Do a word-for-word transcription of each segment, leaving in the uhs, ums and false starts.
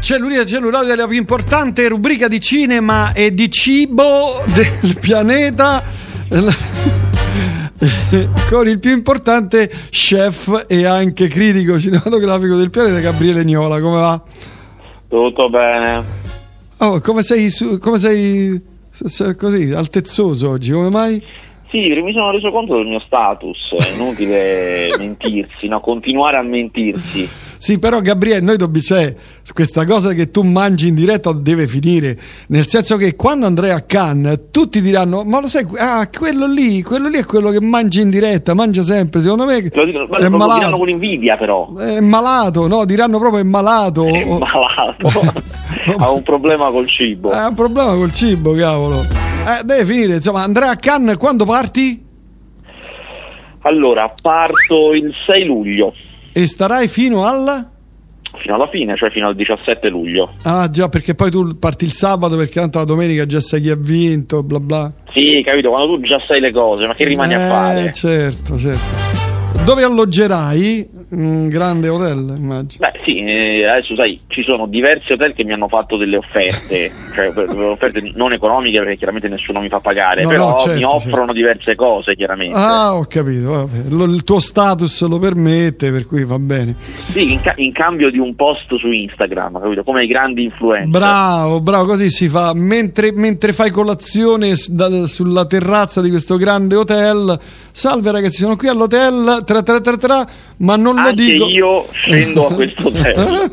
Cellulite e celluloide, la più importante rubrica di cinema e di cibo del pianeta, con il più importante chef e anche critico cinematografico del pianeta, Gabriele Niola. Come va? Tutto bene. Oh, come sei, su, come sei così altezzoso oggi? Come mai? Sì, mi sono reso conto del mio status, è inutile mentirsi, no? Continuare a mentirsi. Sì, però Gabriele, noi dobbiamo, cioè, questa cosa che tu mangi in diretta deve finire, nel senso che quando andrai a Cannes tutti diranno, ma lo sai, ah, quello lì, quello lì è quello che mangi in diretta, mangia sempre, secondo me lo, dico, è lo, malato. Lo diranno con invidia, però. È malato, no? Diranno proprio è malato. È malato. Ha un problema col cibo. Ha un problema col cibo, cavolo. Eh, deve finire, insomma, andrai a Cannes, quando parti? Allora, parto il sei luglio. E starai fino al? Fino alla fine, cioè fino al diciassette luglio. Ah già, perché poi tu parti il sabato, perché tanto la domenica già sai chi ha vinto, bla bla. Sì, capito, quando tu già sai le cose, ma che rimani eh, a fare? Certo, certo. Dove alloggerai? Un grande hotel, immagino. Beh sì, eh, adesso sai, ci sono diversi hotel che mi hanno fatto delle offerte, cioè offerte non economiche, perché chiaramente nessuno mi fa pagare, no, però no, certo, mi offrono certo. diverse cose, chiaramente. Ah, ho capito, vabbè. Lo, il tuo status lo permette, per cui va bene. Sì, in, ca- in cambio di un post su Instagram, capito? Come i grandi influencer. Bravo, bravo, così si fa. Mentre, mentre fai colazione su, da, sulla terrazza di questo grande hotel, salve ragazzi, sono qui all'hotel, tra, tra, tra, tra, ma non Anche lo dico. io scendo a questo hotel.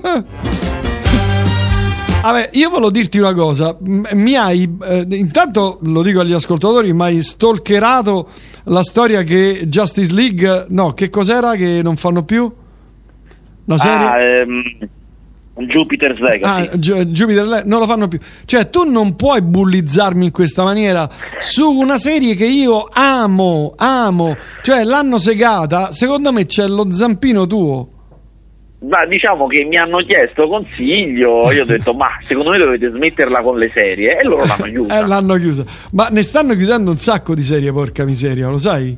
Vabbè, io volevo dirti una cosa. Mi hai eh, intanto lo dico agli ascoltatori, mi hai stalkerato la storia che Justice League, no, che cos'era che non fanno più? La serie? Ah, ehm, Jupiter's Legacy. Ah, Gi- Jupiter Le- non lo fanno più. Cioè, tu non puoi bullizzarmi in questa maniera su una serie che io amo, amo. Cioè, l'hanno segata, secondo me c'è lo zampino tuo. Ma diciamo che mi hanno chiesto consiglio, io ho detto ma secondo me dovete smetterla con le serie, e loro l'hanno chiusa. Eh, l'hanno chiusa. Ma ne stanno chiudendo un sacco di serie, porca miseria, lo sai?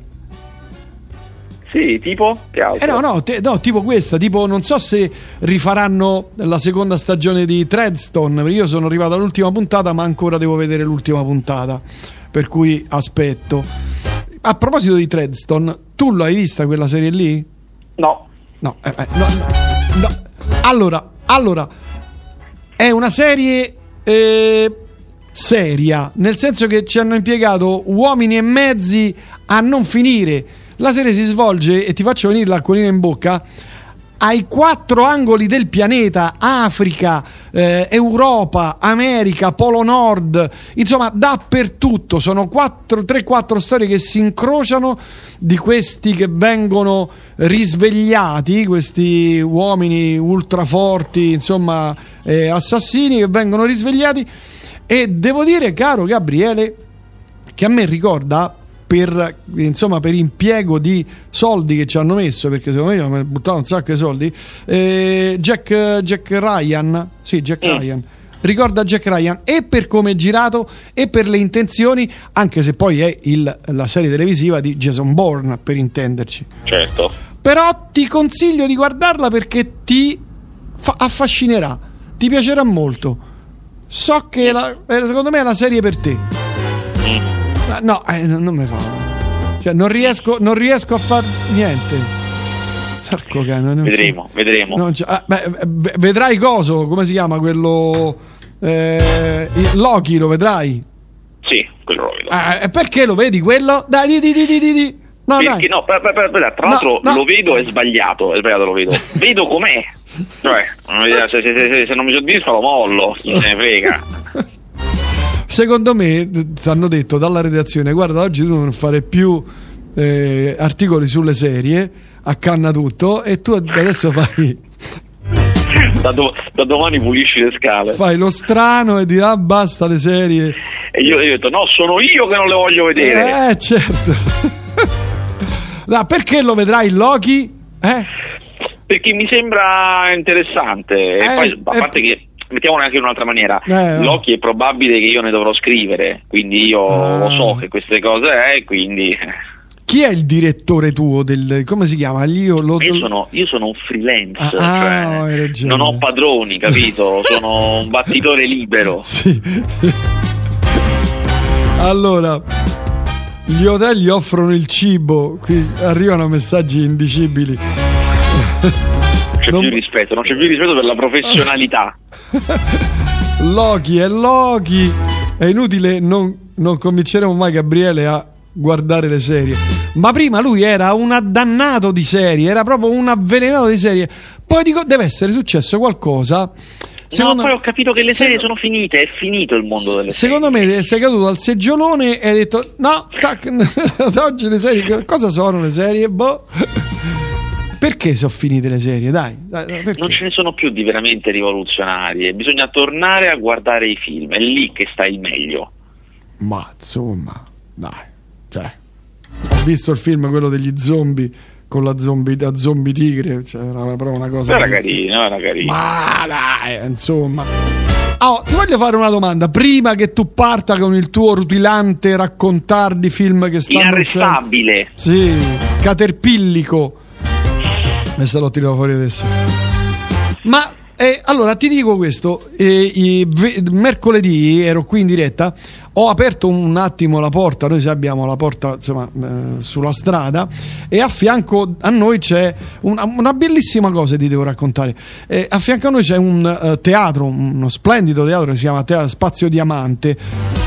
Sì, tipo? Che altro? Eh no, no, te, no, tipo questa, tipo non so se rifaranno la seconda stagione di Treadstone, perché io sono arrivato all'ultima puntata, ma ancora devo vedere l'ultima puntata, per cui aspetto. A proposito di Treadstone, tu l'hai vista quella serie lì? No. No, eh, eh, no, no, no. Allora, allora, è una serie eh, seria, nel senso che ci hanno impiegato uomini e mezzi a non finire. La serie si svolge, e ti faccio venire l'acquolina in bocca, ai quattro angoli del pianeta: Africa, eh, Europa, America, Polo Nord, insomma dappertutto. Sono tre quattro storie che si incrociano, di questi che vengono risvegliati, questi uomini ultra forti, insomma eh, assassini che vengono risvegliati. E devo dire, caro Gabriele, che a me ricorda, per, insomma, per impiego di soldi che ci hanno messo, perché secondo me hanno buttato un sacco di soldi, eh, Jack, Jack Ryan, sì, Jack mm. Ryan, ricorda Jack Ryan, e per come è girato e per le intenzioni, anche se poi è il, la serie televisiva di Jason Bourne, per intenderci. Certo. Però ti consiglio di guardarla, perché ti fa- affascinerà, ti piacerà molto. So che la, secondo me è la serie per te. Mm. No, eh, non mi fa. Cioè, non riesco, non riesco a far niente. Porco cane, non vedremo, vedremo. Non ah, beh, vedrai coso, come si chiama quello? Eh, Loki, lo vedrai? Sì, quello lo vedo. Ah, perché lo vedi quello? Dai, di, di, di, di, di. No, perché, no, per, per, per, per, tra l'altro no, no. Lo vedo, è sbagliato, è sbagliato, lo vedo. Vedo com'è. Cioè, se, se, se, se non mi soddisfa lo mollo, chi se ne frega. Secondo me ti hanno detto dalla redazione: guarda, oggi tu non fare più eh, articoli sulle serie, accanna tutto, e tu adesso fai da, do- da domani pulisci le scale, fai lo strano e dirà ah, basta le serie. E io, io ho detto no, sono io che non le voglio vedere. Eh certo. No, perché lo vedrai Loki? Eh? Perché mi sembra interessante, eh, e poi a parte eh, che mettiamolo anche in un'altra maniera, eh, Loki è probabile che io ne dovrò scrivere, quindi io ah. lo so che queste cose è, quindi Chi è il direttore tuo del, come si chiama? Io, lo, io, sono, io sono un freelance, ah, cioè, non ho padroni, capito? Sono un battitore libero. Sì. Allora, gli hotel gli offrono il cibo, qui arrivano messaggi indicibili. C'è non... più rispetto, non c'è più rispetto per la professionalità. Loki è Loki. È inutile, non, non convinceremo mai Gabriele a guardare le serie. Ma prima lui era un addannato di serie, era proprio un avvelenato di serie. Poi dico, deve essere successo qualcosa. Secondo... No, poi ho capito che le serie se... sono finite, è finito il mondo delle secondo serie. Secondo me sei caduto al seggiolone e hai detto no, tac, oggi le serie, cosa sono le serie? Boh. Perché sono finite le serie? Dai, dai, non ce ne sono più di veramente rivoluzionarie, bisogna tornare a guardare i film, è lì che sta il meglio. Ma insomma, dai, cioè, ho visto il film quello degli zombie con la zombie, la zombie tigre, cioè, era proprio una cosa. Era carino, era carino. Ma dai, insomma. Oh, ti voglio fare una domanda prima che tu parta con il tuo rutilante raccontar di film che stanno inarrestabile. Sì, caterpillico. Questa l'ho tirato fuori adesso. Ma eh, allora ti dico questo: eh, i, v- mercoledì ero qui in diretta, ho aperto un attimo la porta, noi abbiamo la porta insomma eh, sulla strada, e a fianco a noi c'è una, una bellissima cosa, ti devo raccontare. Eh, a fianco a noi c'è un uh, teatro, uno splendido teatro che si chiama Teatro Spazio Diamante,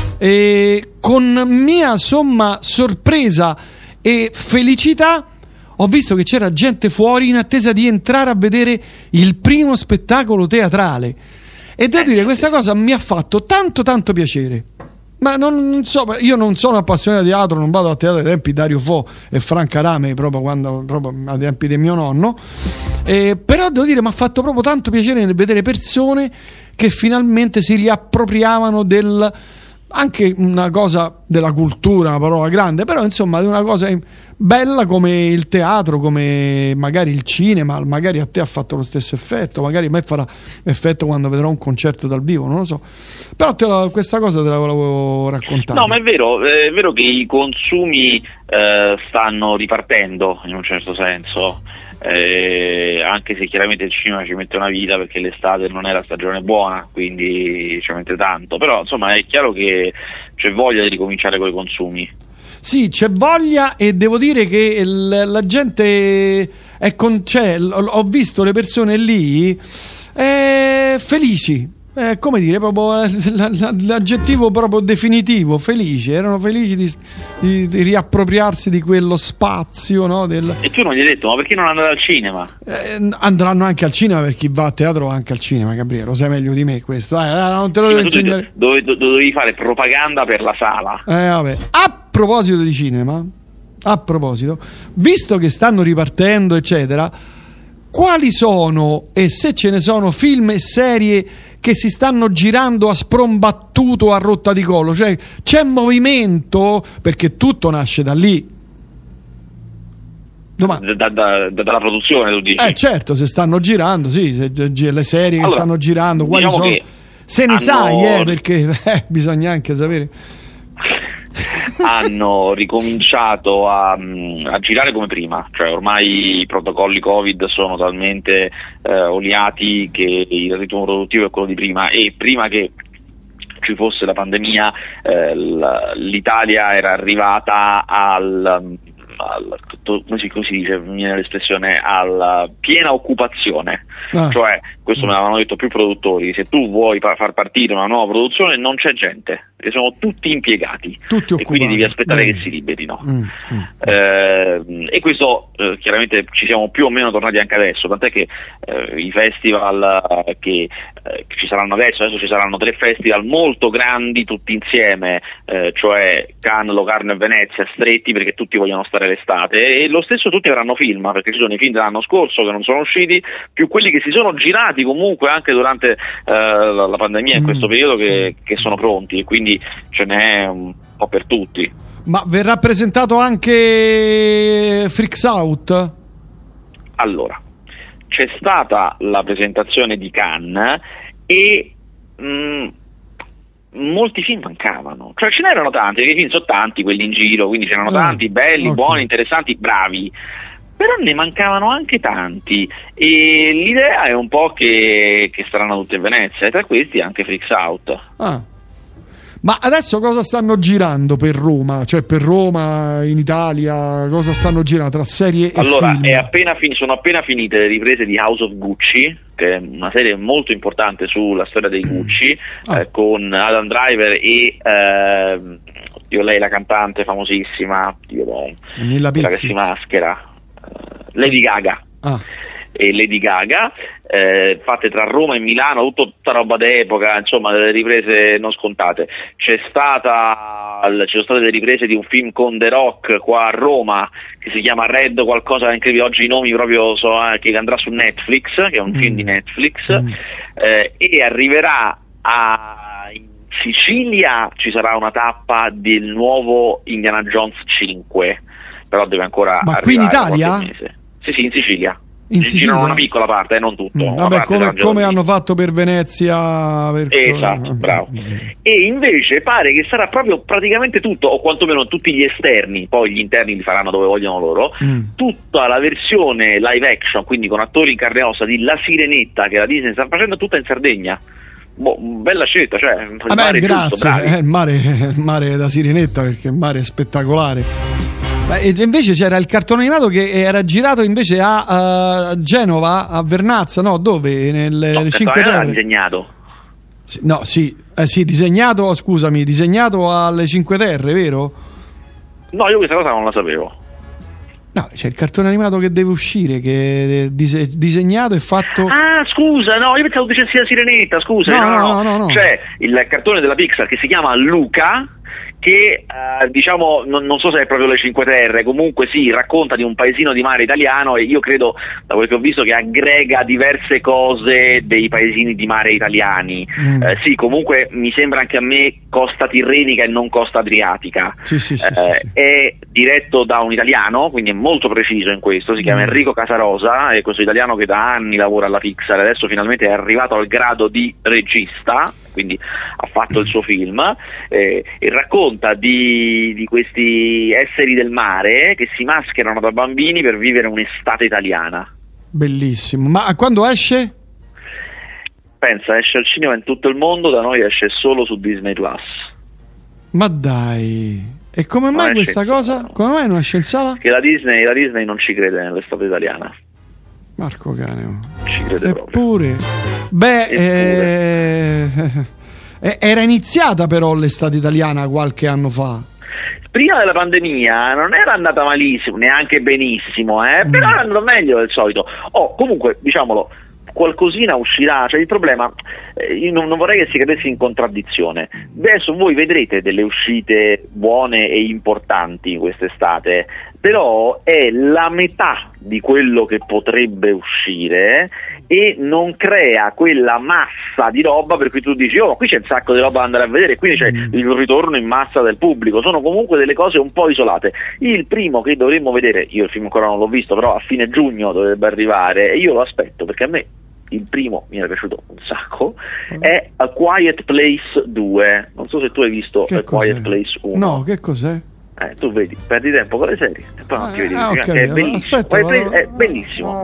e con mia somma sorpresa e felicità ho visto che c'era gente fuori in attesa di entrare a vedere il primo spettacolo teatrale, e devo dire questa cosa mi ha fatto tanto tanto piacere. Ma non, non so, io non sono appassionato di teatro, non vado a teatro ai tempi di Dario Fo e Franca Rame, proprio quando proprio ai tempi del mio nonno, eh, però devo dire mi ha fatto proprio tanto piacere nel vedere persone che finalmente si riappropriavano del, anche una cosa della cultura, una parola grande, però insomma di una cosa bella come il teatro, come magari il cinema. Magari a te ha fatto lo stesso effetto, magari a me farà effetto quando vedrò un concerto dal vivo, non lo so, però te la, questa cosa te la volevo raccontare. No, ma è vero, è vero che i consumi eh, stanno ripartendo in un certo senso. Eh, anche se chiaramente il cinema ci mette una vita, perché l'estate non è la stagione buona, quindi ci mette tanto, però insomma è chiaro che c'è voglia di ricominciare con i consumi. Sì, c'è voglia, e devo dire che l- la gente è con, cioè, l- ho visto le persone lì eh, felici. Eh, come dire, proprio l'aggettivo proprio definitivo, felici, erano felici di, di, di riappropriarsi di quello spazio, no? Del... E tu non gli hai detto, ma perché non andate al cinema? Eh, andranno anche al cinema, per chi va a teatro va anche al cinema, Gabriele, lo sai meglio di me questo, eh, non te lo sì, devo insegnare. Dove, dove, dovevi fare propaganda per la sala. Eh, vabbè. A proposito di cinema, a proposito, visto che stanno ripartendo eccetera, quali sono, e se ce ne sono, film e serie che si stanno girando a sprombattuto, a rotta di collo? Cioè c'è movimento, perché tutto nasce da lì. Da, da, da, dalla produzione, tu dici? Eh certo, se stanno girando, sì, se, le serie che allora, stanno girando, quali diciamo sono? Se ne hanno... sai, eh, perché eh, bisogna anche sapere. Hanno ricominciato a, a girare come prima, cioè ormai i protocolli Covid sono talmente eh, oliati che il ritmo produttivo è quello di prima, e prima che ci fosse la pandemia eh, l'Italia era arrivata al, al come si, come si dice, mi viene l'espressione, alla piena occupazione, ah. Cioè questo me l'avevano detto più produttori: se tu vuoi pa- far partire una nuova produzione non c'è gente, perché sono tutti impiegati, tutti e quindi devi aspettare mm. che si liberino. Mm. Mm. Eh, e questo eh, chiaramente ci siamo più o meno tornati anche adesso, tant'è che eh, i festival eh, che, eh, che ci saranno adesso, adesso ci saranno tre festival molto grandi tutti insieme, eh, cioè Cannes, Locarno e Venezia, stretti perché tutti vogliono stare l'estate, e lo stesso tutti avranno film, perché ci sono i film dell'anno scorso che non sono usciti, più quelli che si sono girati comunque anche durante eh, la, la pandemia in mm. questo periodo che, che sono pronti, e quindi ce n'è un po' per tutti. Ma verrà presentato anche Freaks Out? Allora, c'è stata la presentazione di Cannes e mh, molti film mancavano, cioè ce n'erano tanti, perché i film sono tanti quelli in giro, quindi c'erano Eh, tanti, belli, ok. buoni, interessanti, bravi, però ne mancavano anche tanti, e l'idea è un po' che, che staranno tutti in Venezia, e tra questi anche Freaks Out. Ah. Ma adesso cosa stanno girando per Roma? Cioè per Roma, in Italia, cosa stanno girando tra serie e Allora, film? è appena fin- sono appena finite le riprese di House of Gucci, che è una serie molto importante sulla storia dei Gucci, Ah. eh, con Adam Driver e ehm, oddio, lei la cantante famosissima, oddio, boh, Nella quella che Pizzi. si maschera, eh, Lady Gaga. Ah. E Lady Gaga, eh, fatte tra Roma e Milano, tutta, tutta roba d'epoca, insomma delle riprese non scontate. C'è stata, ci sono state le riprese di un film con The Rock qua a Roma che si chiama Red qualcosa, incredibile, oggi i nomi proprio so, eh, che andrà su Netflix, che è un Mm. film di Netflix, Mm. eh, e arriverà a in Sicilia, ci sarà una tappa del nuovo Indiana Jones cinque, però deve ancora Ma qui in arrivare Italia? qualche mese. Sì, sì, in Sicilia. In Ci girano Sicilia? una piccola parte, eh, non tutto. Mm, una vabbè, parte come, sarà già come lì. hanno fatto per Venezia. Per... Esatto, bravo. E invece pare che sarà proprio praticamente tutto, o quantomeno tutti gli esterni, poi gli interni li faranno dove vogliono loro, Mm. tutta la versione live action, quindi con attori in carne e ossa, di La Sirenetta che la Disney sta facendo tutta in Sardegna. Boh, bella scelta, cioè il Vabbè, mare è giusto, grazie. bravi. Eh, il, mare, il mare da Sirenetta, perché il mare è spettacolare. Ma e invece c'era il cartone animato che era girato invece a, uh, Genova, a Vernazza, no? Dove? Nelle No, Cinque era Terre. disegnato. Sì, no, sì, eh, sì, disegnato, scusami, disegnato alle Cinque Terre, vero? No, io questa cosa non la sapevo. No, c'è il cartone animato che deve uscire, che è dise- disegnato e fatto... Ah, scusa, no, io pensavo dicessi La Sirenetta, scusa. No, no, no, no, no. C'è il cartone della Pixar che si chiama Luca, che eh, diciamo, non, non so se è proprio le Cinque Terre, comunque sì, racconta di un paesino di mare italiano, e io credo, da quel che ho visto, che aggrega diverse cose dei paesini di mare italiani. Mm. Eh, sì, comunque mi sembra anche a me costa tirrenica e non costa adriatica. Sì, sì, sì, Eh, sì, sì. È diretto da un italiano, quindi è molto preciso in questo, si chiama Mm. Enrico Casarosa, è questo italiano che da anni lavora alla Pixar, adesso finalmente è arrivato al grado di regista, quindi ha fatto il suo film, eh, e racconta di, di questi esseri del mare che si mascherano da bambini per vivere un'estate italiana. Bellissimo. Ma quando esce? Pensa, esce al cinema in tutto il mondo, da noi esce solo su Disney Plus. Ma dai. E come mai esce questa in cosa? sala. Come mai non esce in sala? Che la Disney, la Disney non ci crede nell'estate italiana, Marco Caneo. ci crede proprio. Eppure. Beh, eh, eh, era iniziata però l'estate italiana qualche anno fa. Prima della pandemia non era andata malissimo, neanche benissimo, eh, però era andato meglio del solito. Oh, comunque, diciamolo, qualcosina uscirà, cioè il problema, eh, io non, non vorrei che si cadesse in contraddizione. Adesso voi vedrete delle uscite buone e importanti quest'estate, però è la metà di quello che potrebbe uscire e non crea quella massa di roba per cui tu dici oh, ma qui c'è un sacco di roba da andare a vedere, quindi c'è il ritorno in massa del pubblico. Sono comunque delle cose un po' isolate. Il primo che dovremmo vedere, io il film ancora non l'ho visto, però a fine giugno dovrebbe arrivare e io lo aspetto perché a me il primo mi era piaciuto un sacco, è A Quiet Place due. Non so se tu hai visto Che A Quiet cos'è? Place uno. No, che cos'è? Eh, tu vedi, perdi tempo con le serie e poi non Ah, ti vedi, ah, ho che capito. è bellissimo. Aspetta, Quiet Place vado- è bellissimo. Ah,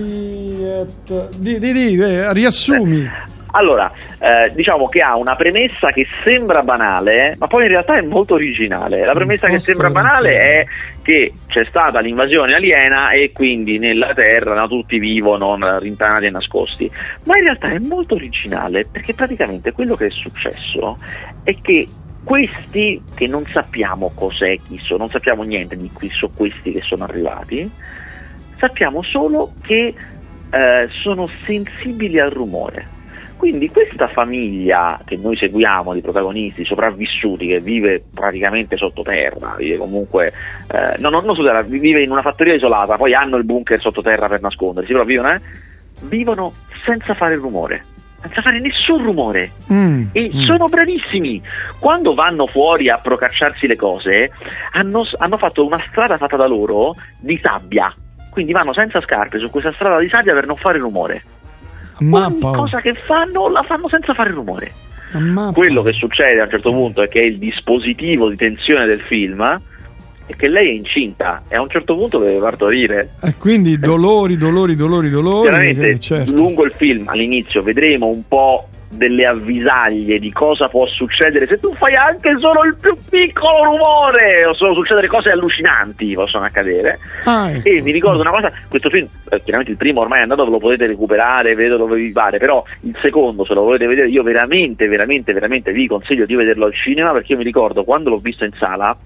quiet. Di, di, di, eh, riassumi. Allora, eh, diciamo che ha una premessa che sembra banale, ma poi in realtà è molto originale. La premessa che posto sembra tranquillo. banale è che c'è stata l'invasione aliena e quindi nella Terra no, tutti vivono rintanati e nascosti. Ma in realtà è molto originale perché praticamente quello che è successo è che questi, che non sappiamo cos'è, chi sono, non sappiamo niente di chi sono questi che sono arrivati, sappiamo solo che eh, sono sensibili al rumore. Quindi questa famiglia che noi seguiamo di protagonisti sopravvissuti, che vive praticamente sottoterra, vive comunque eh, no, no, non sottoterra, vive in una fattoria isolata, poi hanno il bunker sottoterra per nascondersi, però vivono, eh, vivono senza fare rumore, senza fare nessun rumore. Mm, E mm. sono bravissimi. Quando vanno fuori a procacciarsi le cose, hanno, hanno fatto una strada fatta da loro di sabbia. Quindi vanno senza scarpe su questa strada di sabbia per non fare rumore. Ogni Mappa, oh. cosa che fanno la fanno senza fare rumore. Quello che succede a un certo punto è che il dispositivo di tensione del film è che lei è incinta e a un certo punto deve partorire. E quindi dolori, dolori, dolori, dolori. Chiaramente che, certo. lungo il film all'inizio vedremo un po' delle avvisaglie di cosa può succedere se tu fai anche solo il più piccolo rumore, possono succedere cose allucinanti, possono accadere. Ah, ecco. E mi ricordo una cosa, questo film, eh, chiaramente il primo ormai è andato, ve lo potete recuperare, vedete dove vi pare, però il secondo, se lo volete vedere, io veramente, veramente, veramente vi consiglio di vederlo al cinema, perché io mi ricordo quando l'ho visto in sala,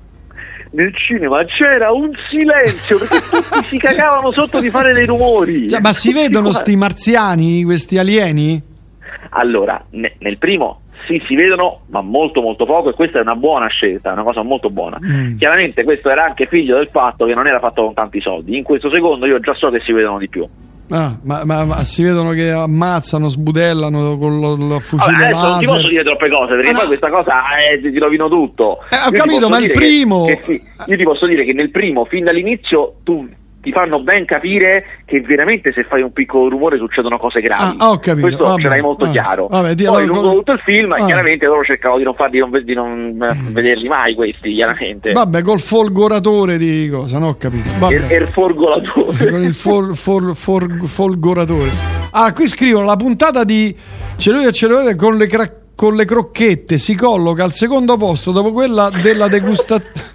nel cinema c'era un silenzio perché tutti si cagavano sotto di fare dei rumori. Cioè, ma si vedono sti marziani, questi alieni? Allora, ne, nel primo sì, si vedono, ma molto molto poco, e questa è una buona scelta, è una cosa molto buona. Mm. Chiaramente questo era anche figlio del fatto che non era fatto con tanti soldi. In questo secondo io già so che si vedono di più. Ah, ma, ma, ma si vedono che ammazzano, sbudellano con lo, lo fucile allora, adesso laser. Non ti posso dire troppe cose perché ah, poi no. questa cosa eh, ti, ti rovino tutto. Eh, ho io capito, ma il primo che, che sì, io ti posso dire che nel primo, fin dall'inizio, tu ti fanno ben capire che veramente se fai un piccolo rumore succedono cose gravi. Ah, ho capito. Questo vabbè, ce l'hai molto vabbè, chiaro. Vabbè, poi lungo con... tutto il film ah. chiaramente loro cercavano di non farli, di non, di non mm. vederli mai questi, chiaramente. Vabbè, col folgoratore di cosa, non ho capito. Vabbè. Il, il folgoratore. Con il for, for, for, folgoratore. Ah, qui scrivono la puntata di Cellulite e Cellulite con le crack con le crocchette si colloca al secondo posto dopo quella della degustazione.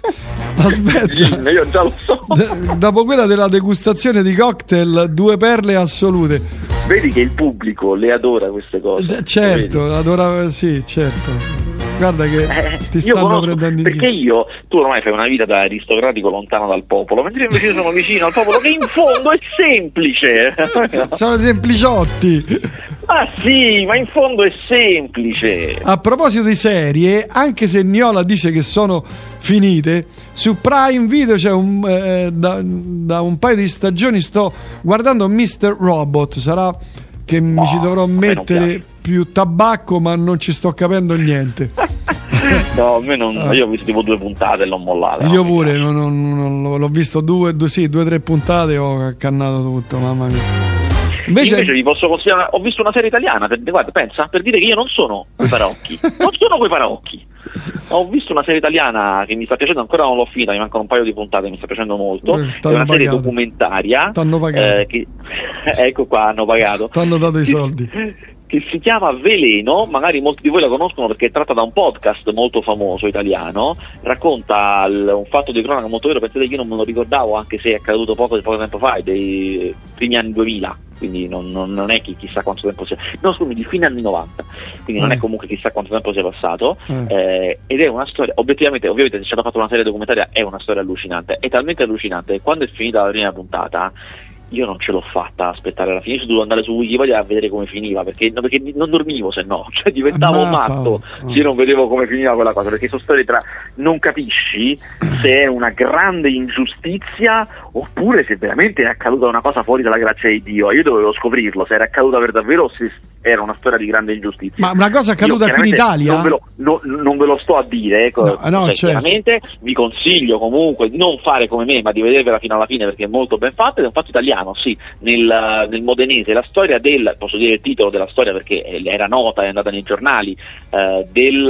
Aspetta, io già lo so. D- dopo quella della degustazione di cocktail, due perle assolute. Vedi che il pubblico le adora queste cose. D- certo, adora, sì, certo. Guarda che eh, ti stanno prendendo in perché io, tu ormai fai una vita da aristocratico lontano dal popolo, mentre io invece sono vicino al popolo che in fondo è semplice. Sono sempliciotti. Ah sì, ma in fondo è semplice. A proposito di serie, anche se Niola dice che sono finite, su Prime Video c'è un eh, da, da un paio di stagioni sto guardando mister Robot. Sarà che mi oh, ci dovrò mettere più tabacco, ma non ci sto capendo niente. No, a me non, ah. io ho visto tipo due puntate e l'ho mollata. Io pure non, non, non, l'ho visto due, due sì, due tre puntate e ho accannato tutto, mamma mia. Invece, Invece vi posso consigliare, ho visto una serie italiana, per, guarda, pensa, per dire che io non sono quei paraocchi, non sono quei paraocchi. Ho visto una serie italiana che mi sta piacendo, ancora non l'ho finita, mi mancano un paio di puntate, mi sta piacendo molto. Eh, è una serie pagato. documentaria. T'hanno pagato. Eh, che, ecco qua, hanno pagato. T'hanno dato i soldi. Che si chiama Veleno, magari molti di voi la conoscono perché è tratta da un podcast molto famoso italiano, racconta l- un fatto di cronaca molto vero, pensate che io non me lo ricordavo anche se è accaduto poco, poco tempo fa, dei primi anni duemila, quindi non, non, non è che chissà quanto tempo sia, no scusami, di fine anni novanta, quindi non mm. è comunque chissà quanto tempo sia passato, mm. eh, ed è una storia, obiettivamente, ovviamente se c'è stata fatta una serie documentaria è una storia allucinante, è talmente allucinante che quando è finita la prima puntata io non ce l'ho fatta aspettare la fine, io dovevo andare su Wikipedia a vedere come finiva, perché, no, perché non dormivo se no, cioè diventavo Mappa. matto oh. se io non vedevo come finiva quella cosa, perché sono storie tra non capisci se è una grande ingiustizia oppure se veramente è accaduta una cosa fuori dalla grazia di Dio. Io dovevo scoprirlo, se era accaduta per davvero o se era una storia di grande ingiustizia. Ma una cosa accaduta qui in Italia? Non ve lo, no, non ve lo sto a dire, ecco. No, no, cioè, certo. Chiaramente vi consiglio comunque di non fare come me, ma di vedervela fino alla fine perché è molto ben fatta, ed è un fatto italiano, sì, nel, nel modenese, la storia del, posso dire il titolo della storia perché era nota, è andata nei giornali, eh, del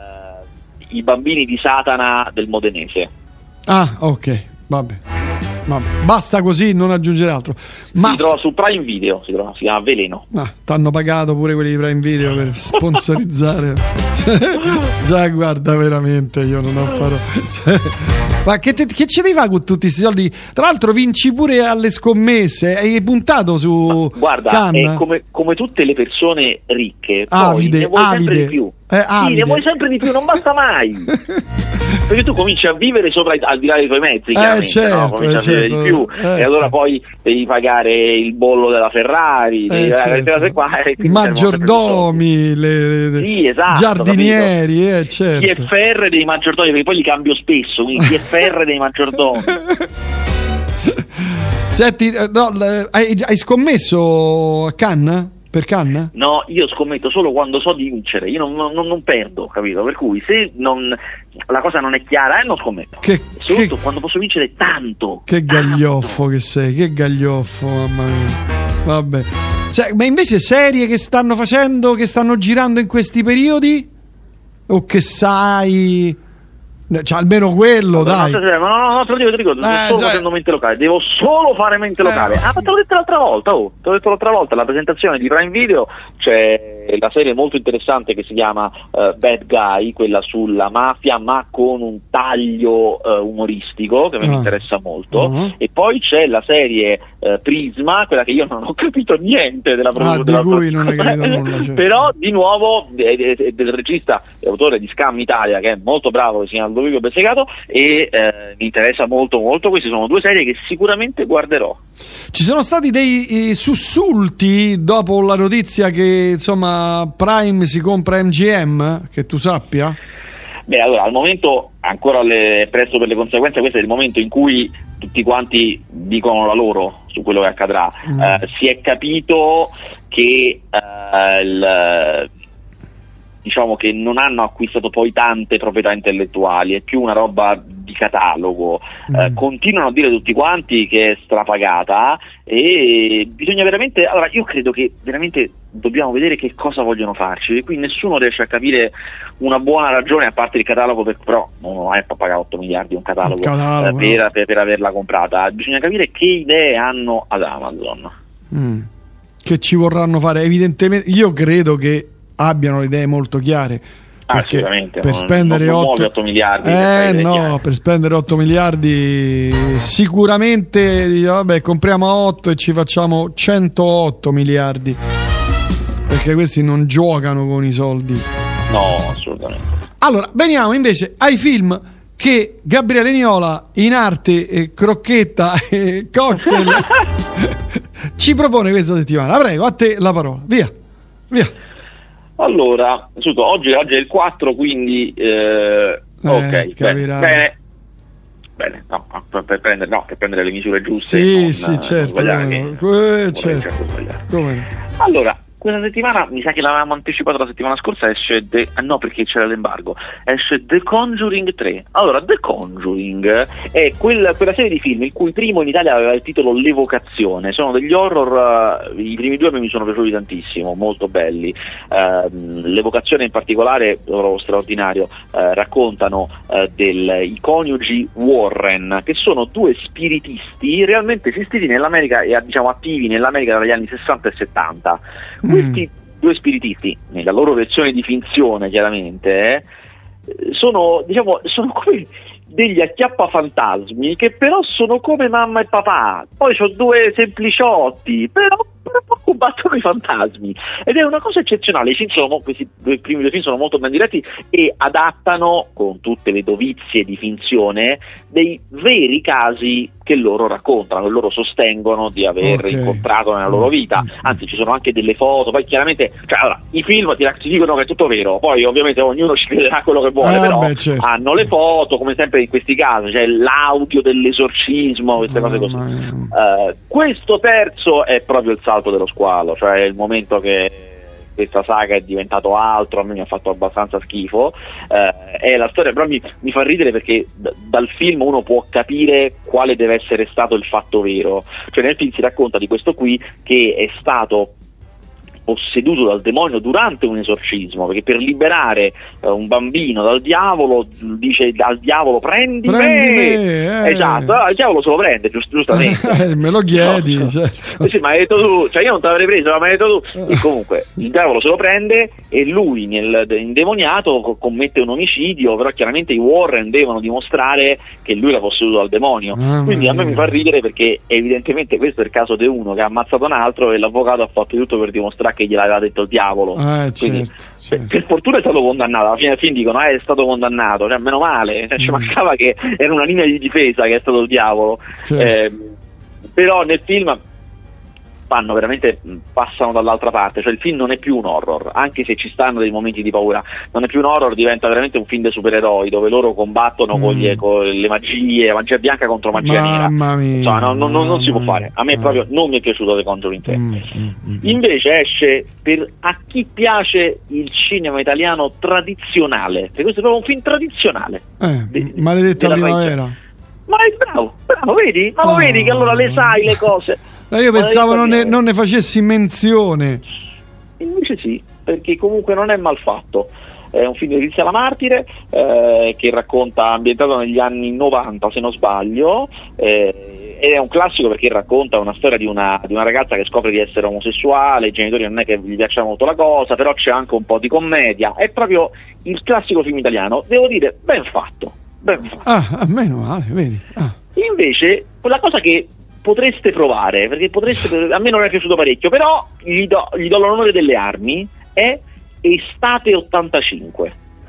eh, i bambini di Satana del modenese. Ah, ok, vabbè. Vabbè. Basta così, non aggiungere altro. Ma si trova su Prime Video, si trova, si chiama Veleno. Ah, t'hanno pagato pure quelli di Prime Video per sponsorizzare. Già, guarda, veramente io non ho parole. Ma che, te, che ce ne fa con tutti questi soldi? Tra l'altro vinci pure alle scommesse. Hai puntato su Ma guarda, Canna? è come, come tutte le persone ricche, avide, poi ne vuoi avide. sempre di più. Eh, sì, ne vuoi sempre di più, non basta mai. Perché tu cominci a vivere sopra, al di là dei tuoi mezzi, chiaramente, eh, certo, no? Cominci eh, a vivere certo, di più, eh, e allora certo. poi devi pagare il bollo della Ferrari, devi eh, pagare certo. queste cose qua, e quindi maggiordomi, le, le, sì, esatto, giardinieri, eh, certo. Chi è ferre dei maggiordomi, perché poi li cambio spesso, quindi chi è ferre dei maggiordomi. Senti, no, hai, hai scommesso a Cannes? Per Cannes? No, io scommetto solo quando so di vincere, io non, non, non perdo, capito? Per cui se non, la cosa non è chiara, eh, non scommetto. Che, soprattutto che, quando posso vincere tanto. Che gaglioffo tanto. che sei, che gaglioffo, mamma mia. Vabbè. Cioè, ma invece serie che stanno facendo, che stanno girando in questi periodi? O che sai... Cioè, almeno quello, no, dai. No, no, no, no, te lo dico, te lo dico, devo eh, solo cioè... facendo mente locale, devo solo fare mente locale. Eh. Ah, ma te l'ho detto l'altra volta, oh, te l'ho detto l'altra volta, la presentazione di Prime Video c'è la serie molto interessante che si chiama uh, Bad Guy, quella sulla mafia, ma con un taglio uh, umoristico che a me mi ah. interessa molto. Uh-huh. E poi c'è la serie uh, Prisma, quella che io non ho capito niente della produzione. Ah, di cui non hai capito nulla. Certo. Però di nuovo è, è, è del regista e autore di Scam Italia, che è molto bravo, che si chiama Ludovico Bessegato, e eh, mi interessa molto molto. Queste sono due serie che sicuramente guarderò. Ci sono stati dei eh, sussulti dopo la notizia che insomma Prime si compra M G M, che tu sappia? Beh, allora al momento ancora le, presto per le conseguenze. Questo è il momento in cui tutti quanti dicono la loro su quello che accadrà. mm. eh, si è capito che eh, il diciamo che non hanno acquistato poi tante proprietà intellettuali, è più una roba di catalogo. mm. eh, continuano a dire tutti quanti che è strapagata e bisogna veramente, allora io credo che veramente dobbiamo vedere che cosa vogliono farci, e qui nessuno riesce a capire una buona ragione, a parte il catalogo, per, però non è per pagare otto miliardi un catalogo, catalogo eh, per, per, per averla comprata. Bisogna capire che idee hanno ad Amazon, mm. che ci vorranno fare. Evidentemente io credo che abbiano le idee molto chiare, perché per non, spendere non otto... otto miliardi eh no per spendere otto miliardi sicuramente vabbè, compriamo a otto e ci facciamo centootto miliardi, perché questi non giocano con i soldi. No, assolutamente. Allora veniamo invece ai film che Gabriele Niola, in arte eh, crocchetta e cocktail ci propone questa settimana. Prego, a te la parola, via via. Allora, oggi, oggi è il quattro, quindi eh, ok, eh, bene, bene, bene, no, per, per, prendere, no, per prendere le misure giuste. Sì, non, sì, certo, come che, eh, certo. Come? Allora, questa settimana, mi sa che l'avevamo anticipato la settimana scorsa, esce The, ah, no, perché c'era l'embargo, esce The Conjuring tre. Allora, The Conjuring è quella, quella serie di film il cui primo in Italia aveva il titolo L'Evocazione. Sono degli horror, uh, i primi due mi sono piaciuti tantissimo, molto belli. Uh, L'Evocazione in particolare, lo trovo straordinario, uh, raccontano uh, dei coniugi Warren, che sono due spiritisti realmente esistiti nell'America e diciamo attivi nell'America dagli anni sessanta e settanta. Questi mm. due spiritisti, nella loro versione di finzione chiaramente, eh, sono, diciamo, sono come degli acchiappafantasmi che però sono come mamma e papà. Poi sono due sempliciotti, però, però combattono i fantasmi. Ed è una cosa eccezionale. I film sono, questi due primi due film sono molto ben diretti e adattano, con tutte le dovizie di finzione, dei veri casi che loro raccontano, che loro sostengono di aver okay. incontrato nella loro vita. Anzi, ci sono anche delle foto. Poi chiaramente, cioè, allora, i film ti, ti dicono che è tutto vero, poi ovviamente ognuno ci crederà quello che vuole, eh, però beh, certo. hanno le foto, come sempre in questi casi, c'è cioè l'audio dell'esorcismo, queste cose così. Uh, questo terzo è proprio il salto dello squalo, cioè il momento che questa saga è diventato altro, a me mi ha fatto abbastanza schifo. Uh, è la storia, però mi, mi fa ridere perché d- dal film uno può capire quale deve essere stato il fatto vero. Cioè nel film si racconta di questo qui che è stato posseduto dal demonio durante un esorcismo, perché per liberare uh, un bambino dal diavolo dice al diavolo prendi, prendi me, me. Eh. Esatto, allora, il diavolo se lo prende giust- giustamente eh, me lo chiedi, no, certo. Eh sì, ma hai detto tu, cioè io non te l'avrei preso, ma hai detto tu. E comunque il diavolo se lo prende e lui nel indemoniato co- commette un omicidio, però chiaramente i Warren devono dimostrare che lui l'ha posseduto dal demonio. Ah, quindi a me mi fa ridere perché evidentemente questo è il caso di uno che ha ammazzato un altro e l'avvocato ha fatto tutto per dimostrare che gliel'aveva detto il diavolo. Eh, quindi certo, certo. Per, per fortuna è stato condannato, alla fine del film dicono eh, è stato condannato, cioè meno male, cioè, mm. ci mancava che era una linea di difesa che è stato il diavolo. Certo. Eh, però nel film fanno veramente, passano dall'altra parte, cioè il film non è più un horror, anche se ci stanno dei momenti di paura, non è più un horror, diventa veramente un film dei supereroi dove loro combattono mm. con, gli, con le magie, magia bianca contro magia mamma nera. Mia, insomma, no, no, no, non si può mia. fare. A me proprio non mi è piaciuto The Conjuring tre. Mm, mm, mm. Invece esce per a chi piace il cinema italiano tradizionale, perché questo è proprio un film tradizionale. Eh, de, maledetta della primavera. Ma è bravo, bravo, vedi? Ma lo oh, vedi che allora le sai le cose. Ma io pensavo non ne, non ne facessi menzione. Invece sì, perché comunque non è mal fatto. È un film di Tiziana Martire eh, che racconta, ambientato negli anni novanta se non sbaglio, eh, ed è un classico perché racconta una storia di una, di una ragazza che scopre di essere omosessuale, i genitori non è che gli piaccia molto la cosa, però c'è anche un po' di commedia, è proprio il classico film italiano, devo dire ben fatto, ben fatto. Ah, meno male, vedi. Ah. Invece, quella cosa che potreste provare, perché potreste, a me non è piaciuto parecchio, però gli do, gli do l'onore delle armi, è Estate ottantacinque.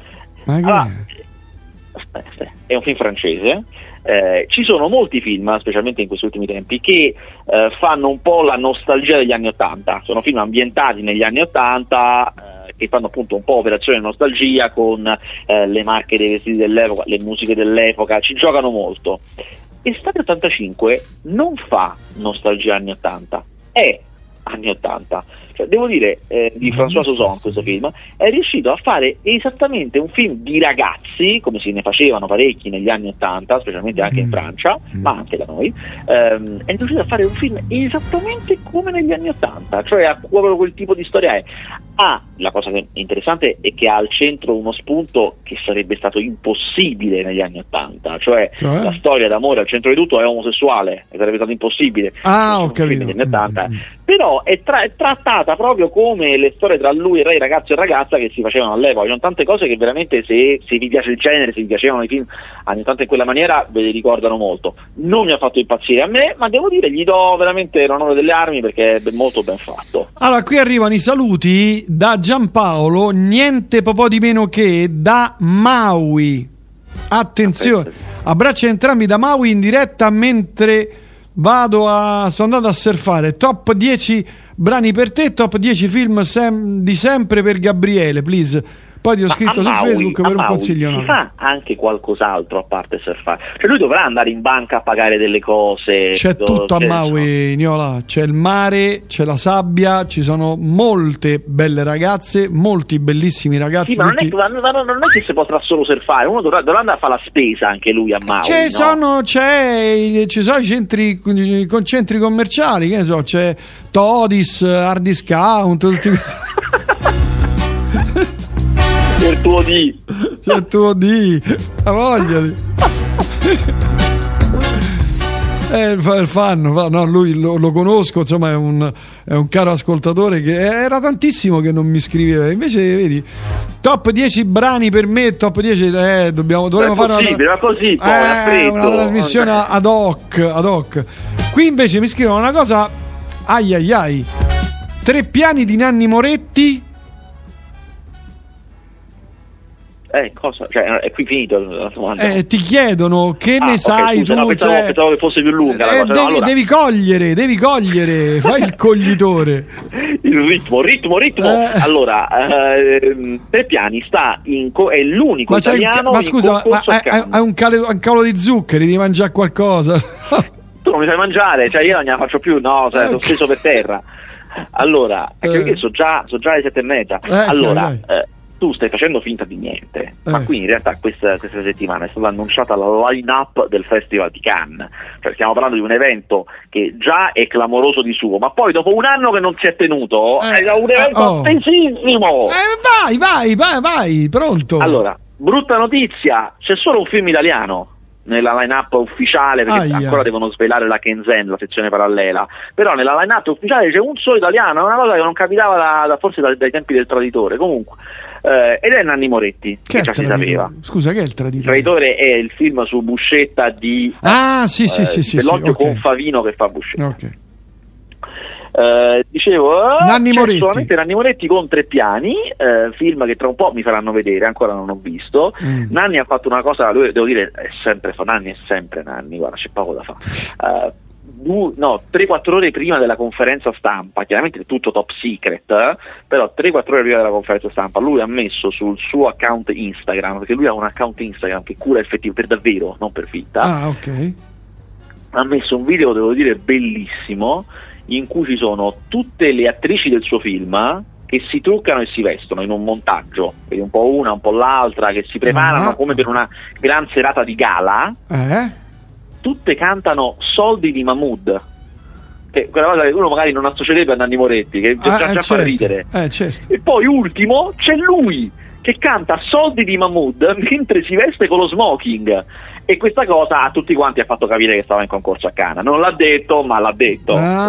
Ma che allora, aspetta, aspetta, è un film francese. Eh, ci sono molti film, specialmente in questi ultimi tempi, che eh, fanno un po' la nostalgia degli anni ottanta. Sono film ambientati negli anni ottanta eh, che fanno appunto un po' operazione nostalgia con eh, le marche dei vestiti dell'epoca, le musiche dell'epoca, ci giocano molto. Estate ottantacinque non fa nostalgia anni ottanta, è anni ottanta. Cioè, devo dire, eh, di François Ozon, questo film, è riuscito a fare esattamente un film di ragazzi, come se ne facevano parecchi negli anni ottanta, specialmente anche in Francia, mm. ma anche da noi, ehm, è riuscito a fare un film esattamente come negli anni ottanta, cioè ha proprio quel tipo di storia è. Ah, la cosa che è interessante è che ha al centro uno spunto che sarebbe stato impossibile negli anni ottanta, cioè, cioè? la storia d'amore al centro di tutto è omosessuale, e sarebbe stato impossibile. Ah, ho capito. Negli anni ottanta, mm. però è, tra- è trattata proprio come le storie tra lui e il ragazzo e ragazza che si facevano all'epoca. Ci sono tante cose che veramente, se, se vi piace il genere, se vi piacevano i film anni ottanta in quella maniera, ve li ricordano molto. Non mi ha fatto impazzire a me, ma devo dire, gli do veramente l'onore delle armi perché è molto ben fatto. Allora, qui arrivano i saluti da Giampaolo, niente po' di meno che da Maui. Attenzione, abbraccio entrambi da Maui in diretta mentre vado a sono andato a surfare. Top dieci brani per te, top dieci film sem- di sempre per Gabriele, please. Poi ti ho scritto su Maui, Facebook per un Maui consiglio. Si no. fa anche qualcos'altro a parte surfare? Cioè lui dovrà andare in banca a pagare delle cose. C'è do- tutto a c'è, Maui, Niola. C'è il mare, c'è la sabbia, ci sono molte belle ragazze, molti bellissimi ragazzi. Sì, ma non è, tutti... che, non è che si potrà solo surfare, uno dovrà, dovrà andare a fare la spesa anche lui a Maui. C'è, no? sono, c'è, ci sono i centri, i centri commerciali, che ne so, c'è Todis, Hard Discount, tutti questi. Il tuo D. C'è il tuo D. La voglia di... Eh, fanno, no, lui lo, lo conosco, insomma è un, è un caro ascoltatore che era tantissimo che non mi scriveva, invece vedi, top dieci brani per me, top dieci, eh, dobbiamo, dovremmo fare una, così, poi, eh, una trasmissione ad hoc, ad hoc. Qui invece mi scrivono una cosa, ai ai ai, tre piani di Nanni Moretti. Eh, cosa? Cioè, è qui finito la domanda. Eh, ti chiedono che ah, ne okay, sai scusa, tu. No, pensavo, cioè, pensavo che fosse più lunga eh, la cosa. Devi, no, allora... devi cogliere, devi cogliere, fai il coglitore. Il ritmo, ritmo, ritmo. Eh. Allora, eh, Tre Piani sta in co- è l'unico ma italiano ma scusa, in ma hai, hai un, cale, un cavolo di zuccheri, devi mangiare qualcosa. Tu non mi fai mangiare, cioè io non ne faccio più, no, cioè, sono steso per terra. Allora, eh. perché sono già, so già le sette e mezza. Eh, allora, eh, tu stai facendo finta di niente, eh. ma qui in realtà questa, questa settimana è stata annunciata la line-up del Festival di Cannes, cioè stiamo parlando di un evento che già è clamoroso di suo, ma poi dopo un anno che non si è tenuto, eh, è un evento oh. attesissimo. Eh, vai, vai, vai, vai, pronto. Allora, brutta notizia, c'è solo un film italiano nella line-up ufficiale, perché Aia. ancora devono svelare la Kenzen, la sezione parallela, però nella line-up ufficiale c'è un solo italiano, è una cosa che non capitava da, da, forse dai, dai tempi del Traditore, comunque, eh, ed è Nanni Moretti, che, che già si sapeva. Scusa, che è il Traditore? Il Traditore è il film su Buscetta di ah, sì, sì, eh, sì, sì, Bellocchio sì, okay. con Favino che fa Buscetta. Ok. Uh, dicevo Nanni c'è Moretti. solamente Nanni Moretti con Tre Piani, uh, film che tra un po' mi faranno vedere, ancora non ho visto. mm. Nanni ha fatto una cosa, lui, devo dire, è sempre fa Nanni è sempre Nanni, guarda, c'è poco da fare. Uh, no, tre quattro ore prima della conferenza stampa, chiaramente è tutto top secret, eh? però tre quattro ore prima della conferenza stampa lui ha messo sul suo account Instagram, perché lui ha un account Instagram che cura effettivo per davvero, non per finta. Ah, ok. Ha messo un video, devo dire, bellissimo, in cui ci sono tutte le attrici del suo film che si truccano e si vestono in un montaggio, quindi un po' una, un po' l'altra, che si preparano ah. come per una gran serata di gala. Eh? Tutte cantano Soldi di Mahmood, che quella cosa che uno magari non associerebbe a Nanni Moretti, che ah, già, eh, già certo. fa ridere. Eh, certo. E poi ultimo c'è lui che canta Soldi di Mahmood mentre si veste con lo smoking, e questa cosa a tutti quanti ha fatto capire che stava in concorso a Cannes. Non l'ha detto, ma l'ha detto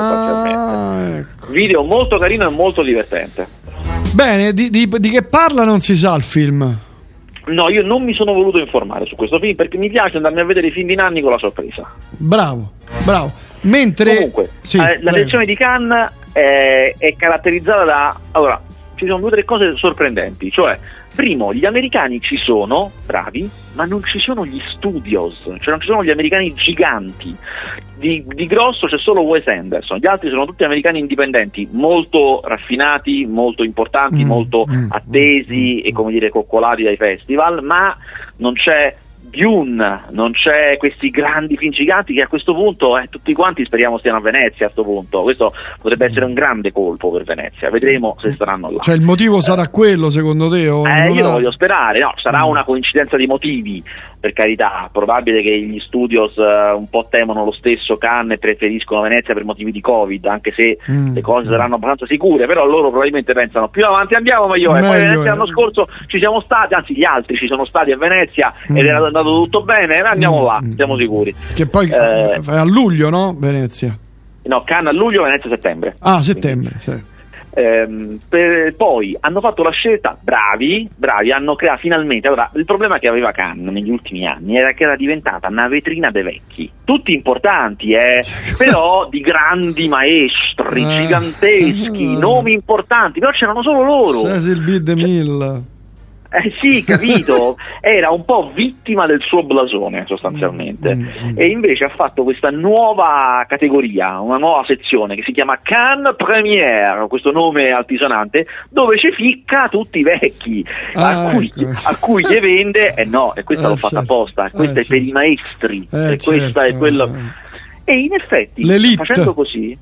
ah, ecco. Video molto carino e molto divertente. Bene, di, di, di che parla non si sa il film? No, io non mi sono voluto informare su questo film perché mi piace andarmi a vedere i film di Nanni con la sorpresa. Bravo, bravo. Mentre comunque sì, eh, la lezione di Cannes è, è caratterizzata da, allora, ci sono due o tre cose sorprendenti, cioè primo, gli americani ci sono, bravi, ma non ci sono gli studios, cioè non ci sono gli americani giganti. Di, di grosso c'è solo Wes Anderson, gli altri sono tutti americani indipendenti, molto raffinati, molto importanti, mm, molto mm, attesi mm, e come dire coccolati dai festival, ma non c'è Dune, non c'è questi grandi film giganti che a questo punto eh, tutti quanti speriamo stiano a Venezia. A questo punto questo potrebbe essere un grande colpo per Venezia, vedremo se staranno là. Cioè il motivo eh. sarà quello secondo te? O eh, io ha... lo voglio sperare, no, sarà una coincidenza di motivi, per carità, probabile che gli studios uh, un po' temono lo stesso Cannes e preferiscono Venezia per motivi di Covid, anche se mm. le cose saranno abbastanza sicure, però loro probabilmente pensano più avanti andiamo meglio è. Poi Venezia l'anno scorso ci siamo stati, anzi gli altri ci sono stati a Venezia mm. ed era andato tutto bene, andiamo mm. là, siamo sicuri. Che poi eh, a luglio, no? Venezia. No, Cannes a luglio, Venezia a settembre. Ah, settembre, sì. Ehm, per, poi hanno fatto la scelta, bravi, bravi, hanno creato finalmente. Allora, il problema che aveva Cannes negli ultimi anni era che era diventata una vetrina dei vecchi, tutti importanti, eh, però di grandi maestri, eh. giganteschi, eh. nomi importanti, però c'erano solo loro. Cecil B. DeMille. Eh sì, capito, era un po' vittima del suo blasone sostanzialmente, mm, mm. e invece ha fatto questa nuova categoria, una nuova sezione che si chiama Cannes Premiere, questo nome altisonante, dove ci ficca tutti i vecchi, ah, a, cui, ecco. a cui gli vende, e eh no, e questa eh, l'ho fatta certo. apposta, questa eh, è certo. per i maestri, eh, e questa certo. è quello, e in effetti l'elite. Facendo così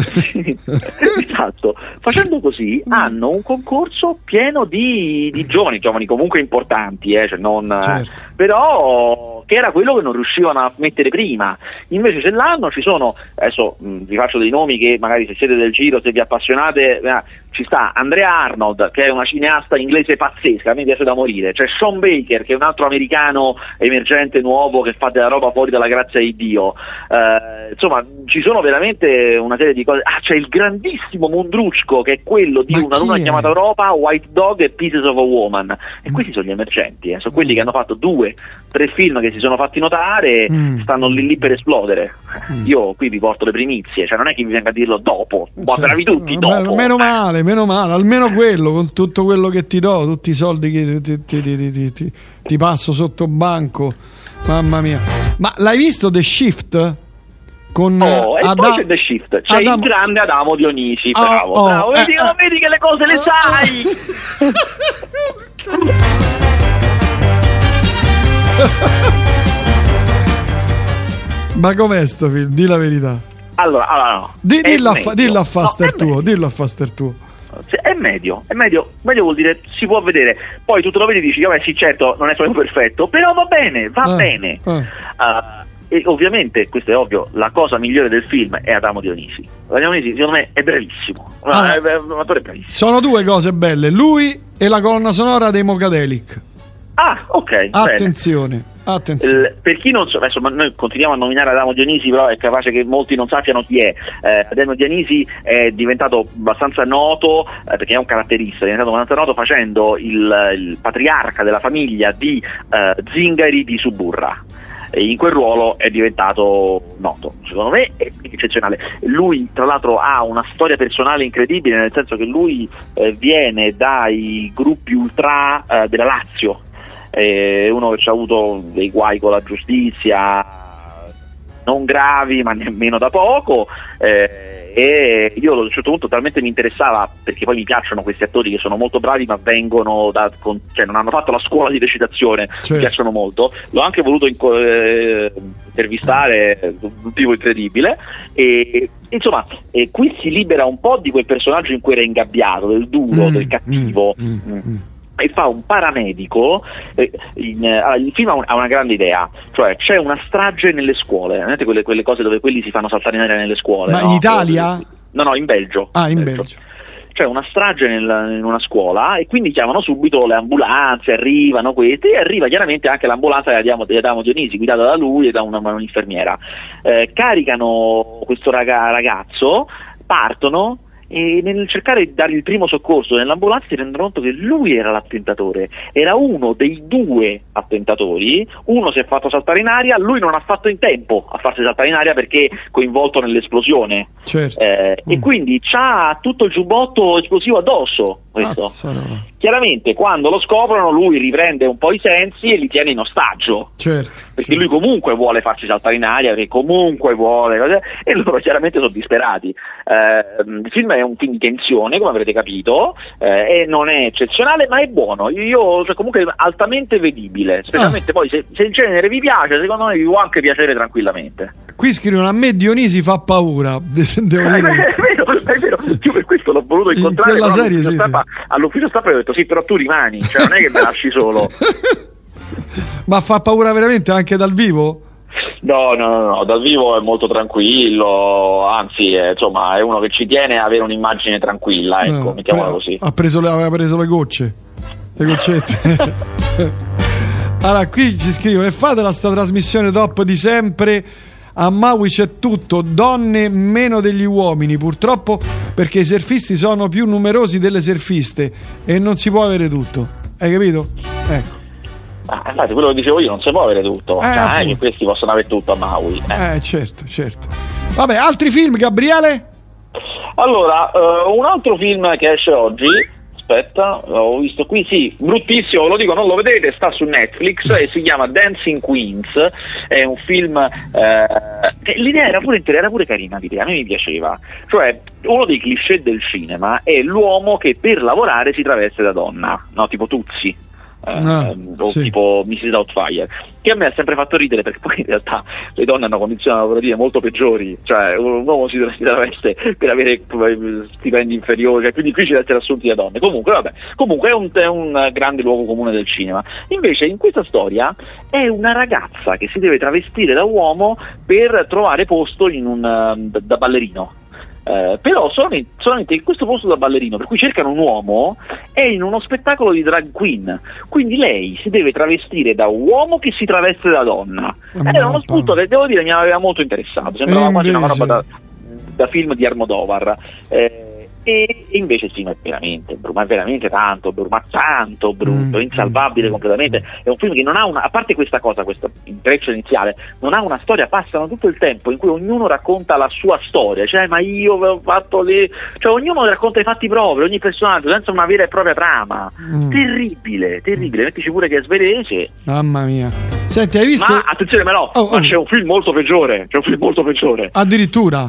esatto, facendo così hanno un concorso pieno di, di giovani, giovani comunque importanti, eh, cioè non, certo. però che era quello che non riuscivano a mettere prima. Invece ce l'hanno, ci sono, adesso mh, vi faccio dei nomi che magari se siete del giro, se vi appassionate, eh, ci sta Andrea Arnold, che è una cineasta inglese pazzesca, a me piace da morire, c'è Sean Baker, che è un altro americano emergente nuovo che fa della roba fuori dalla grazia di Dio, eh, insomma ci sono veramente una serie di cose. Ah, c'è il grandissimo Mondruczko, che è quello di Ma Una luna chiamata Europa, White Dog e Pieces of a Woman, e questi sono gli emergenti, eh, sono quelli che hanno fatto due, tre film che si sono fatti notare, mm. stanno lì lì per esplodere. Mm. Io qui vi porto le primizie, cioè non è che vi venga a dirlo dopo, certo. bravi tutti dopo. Meno male, meno male, almeno quello, con tutto quello che ti do, tutti i soldi che ti, ti, ti, ti, ti, ti passo sotto banco, mamma mia. Ma l'hai visto The Shift? Con oh, e Adam... poi c'è The Shift, c'è Adam... il grande Adamo Dionisi, oh, bravo, oh, bravo. Eh, vedi, eh, vedi che le cose le sai. Ma com'è sto film? Di la verità. Allora, allora no. Di, dillo, a fa, dillo a Faster no, tuo, dillo a Faster tuo. È medio, è medio, medio vuol dire si può vedere, poi tu te lo vedi e dici, vabbè sì certo non è proprio perfetto, però va bene, va ah, bene. Ah. Uh, e ovviamente, questo è ovvio, la cosa migliore del film è Adamo Dionisi. Adamo Dionisi secondo me è bravissimo, ah, è, è un attore bravissimo. Sono due cose belle, lui e la colonna sonora dei Mogadelic. Ah, ok. Attenzione. Bene. Attenzione. Eh, per chi non so, adesso noi continuiamo a nominare Adamo Dionisi, però è capace che molti non sappiano chi è. Eh, Adamo Dionisi è diventato abbastanza noto, eh, perché è un caratterista, è diventato abbastanza noto facendo il, il patriarca della famiglia di eh, Zingari di Suburra. E in quel ruolo è diventato noto, secondo me è eccezionale. Lui tra l'altro ha una storia personale incredibile, nel senso che lui eh, viene dai gruppi ultra eh, della Lazio, è uno che ci ha avuto dei guai con la giustizia, non gravi ma nemmeno da poco, eh, e io a un certo punto talmente mi interessava, perché poi mi piacciono questi attori che sono molto bravi ma vengono da, con, cioè non hanno fatto la scuola di recitazione, certo. Mi piacciono molto, l'ho anche voluto in, eh, intervistare, un tipo incredibile, e insomma eh, qui si libera un po' di quel personaggio in cui era ingabbiato, del duro, mm, del cattivo. Mm, mm, mm. e fa un paramedico. eh, in, eh, il film ha, un, ha una grande idea, cioè c'è una strage nelle scuole, vedete quelle, quelle cose dove quelli si fanno saltare in aria nelle scuole. Ma no? in Italia? No, no, in Belgio. Ah, in in Belgio. Belgio. C'è una strage nel, in una scuola e quindi chiamano subito le ambulanze, arrivano questi e arriva chiaramente anche l'ambulanza di Adamo Dionisi, guidata da lui e da una, un'infermiera. Eh, caricano questo raga, ragazzo, partono e nel cercare di dare il primo soccorso nell'ambulanza si rendono conto che lui era l'attentatore, era uno dei due attentatori, uno si è fatto saltare in aria, lui non ha fatto in tempo a farsi saltare in aria perché coinvolto nell'esplosione. Certo. eh, mm. E quindi c'ha tutto il giubbotto esplosivo addosso questo. Mazza. Chiaramente quando lo scoprono lui riprende un po' i sensi e li tiene in ostaggio, certo, perché certo. lui comunque vuole farsi saltare in aria, perché comunque vuole, e loro chiaramente sono disperati. Eh, il film è un film di tensione, come avrete capito, eh, e non è eccezionale ma è buono, io cioè, comunque è altamente vedibile, specialmente ah. poi se, se il genere vi piace, secondo me vi può anche piacere tranquillamente. Qui scrivono: a me Dionisi fa paura. Devo dire è vero, è vero. Io per questo l'ho voluto incontrare in quella serie, sì, stampa, all'ufficio stampa e ho detto sì, però tu rimani, cioè non è che me lasci solo. Ma fa paura veramente anche dal vivo? No, no, no, no, dal vivo è molto tranquillo, anzi è, insomma è uno che ci tiene a avere un'immagine tranquilla, ecco, no, mettiamola pre- così. Ha preso le, aveva preso le gocce, le goccette. Allora qui ci scrivono: e fatela sta trasmissione top di sempre, a Maui c'è tutto, donne meno degli uomini, purtroppo, perché i surfisti sono più numerosi delle surfiste e non si può avere tutto, hai capito? Ecco. Ah, infatti quello che dicevo io, non si può avere tutto, eh, cioè, che questi possono avere tutto a Maui. Eh, eh certo, certo. Vabbè, altri film, Gabriele? Allora, uh, un altro film che esce oggi, aspetta, l'ho visto qui, sì, bruttissimo, ve lo dico, non lo vedete, sta su Netflix e si chiama Dancing Queens, è un film, eh, l'idea era pure, era pure carina, l'idea, a me mi piaceva, cioè uno dei cliché del cinema è l'uomo che per lavorare si traveste da donna, no, tipo Tuzzi. Ah, eh, o sì. tipo missus Doubtfire, che a me ha sempre fatto ridere perché poi in realtà le donne hanno condizioni lavorative molto peggiori, cioè un uomo si traveste per avere stipendi inferiori, cioè, quindi qui ci deve essere assunti da donne. Comunque vabbè, comunque è un, è un grande luogo comune del cinema. Invece in questa storia è una ragazza che si deve travestire da uomo per trovare posto in un da, da ballerino. Uh, però solamente, solamente in questo posto da ballerino, per cui cercano un uomo, è in uno spettacolo di drag queen, quindi lei si deve travestire da uomo che si traveste da donna. Oh, era uno spunto che devo dire mi aveva molto interessato, sembrava quasi una roba da, da film di Almodovar. Eh, e invece sì, ma è veramente, ma è veramente tanto, ma tanto brutto, mm. insalvabile completamente. È un film che non ha una, a parte questa cosa, questo intreccio iniziale, non ha una storia, passano tutto il tempo in cui ognuno racconta la sua storia, cioè ma io ho fatto le, cioè ognuno racconta i fatti propri, ogni personaggio senza una vera e propria trama. Mm. Terribile, terribile, mettici pure che è svedese. Mamma mia. Senti, hai visto? Ma attenzione, ma no, oh, ma oh. c'è un film molto peggiore, c'è un film molto peggiore. Addirittura?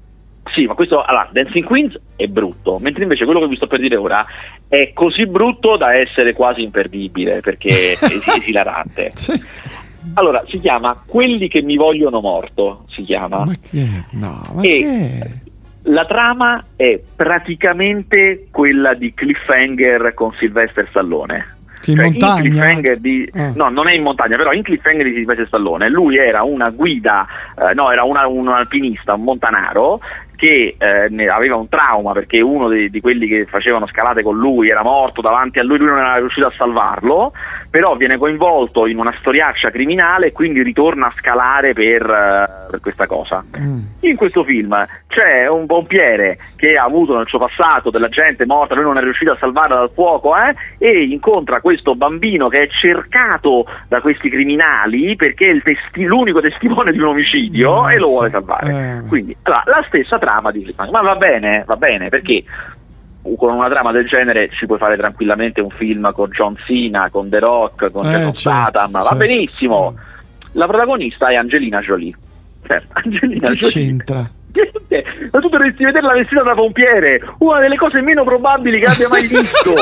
Sì, ma questo, allora, Dancing Queens è brutto, mentre invece quello che vi sto per dire ora è così brutto da essere quasi imperdibile, perché è esilarante. Sì. Allora, si chiama Quelli che mi vogliono morto, si chiama. Ma che? No, ma e che? La trama è praticamente quella di Cliffhanger con Sylvester Stallone. In cioè, montagna? In Cliffhanger di, ah. No, non è in montagna, però in Cliffhanger di Sylvester Stallone lui era una guida, eh, no, era una, un alpinista, un montanaro che eh, ne aveva un trauma perché uno di, di quelli che facevano scalate con lui era morto davanti a lui, lui non era riuscito a salvarlo, però viene coinvolto in una storiaccia criminale e quindi ritorna a scalare per, uh, per questa cosa. Mm. In questo film c'è un pompiere che ha avuto nel suo passato della gente morta, lui non è riuscito a salvarla dal fuoco, eh, e incontra questo bambino che è cercato da questi criminali perché è il testi- l'unico testimone di un omicidio. Grazie. E lo vuole salvare. Eh. Quindi allora, la stessa trama di Cliffhanger, ma va bene, va bene, perché con una trama del genere ci puoi fare tranquillamente un film con John Cena, con The Rock, con eh, Jason Statham, certo, va certo. benissimo. La protagonista è Angelina Jolie. Certo, Angelina che Jolie. c'entra? Ma tu dovresti vederla vestita da pompiere, una delle cose meno probabili che abbia mai visto.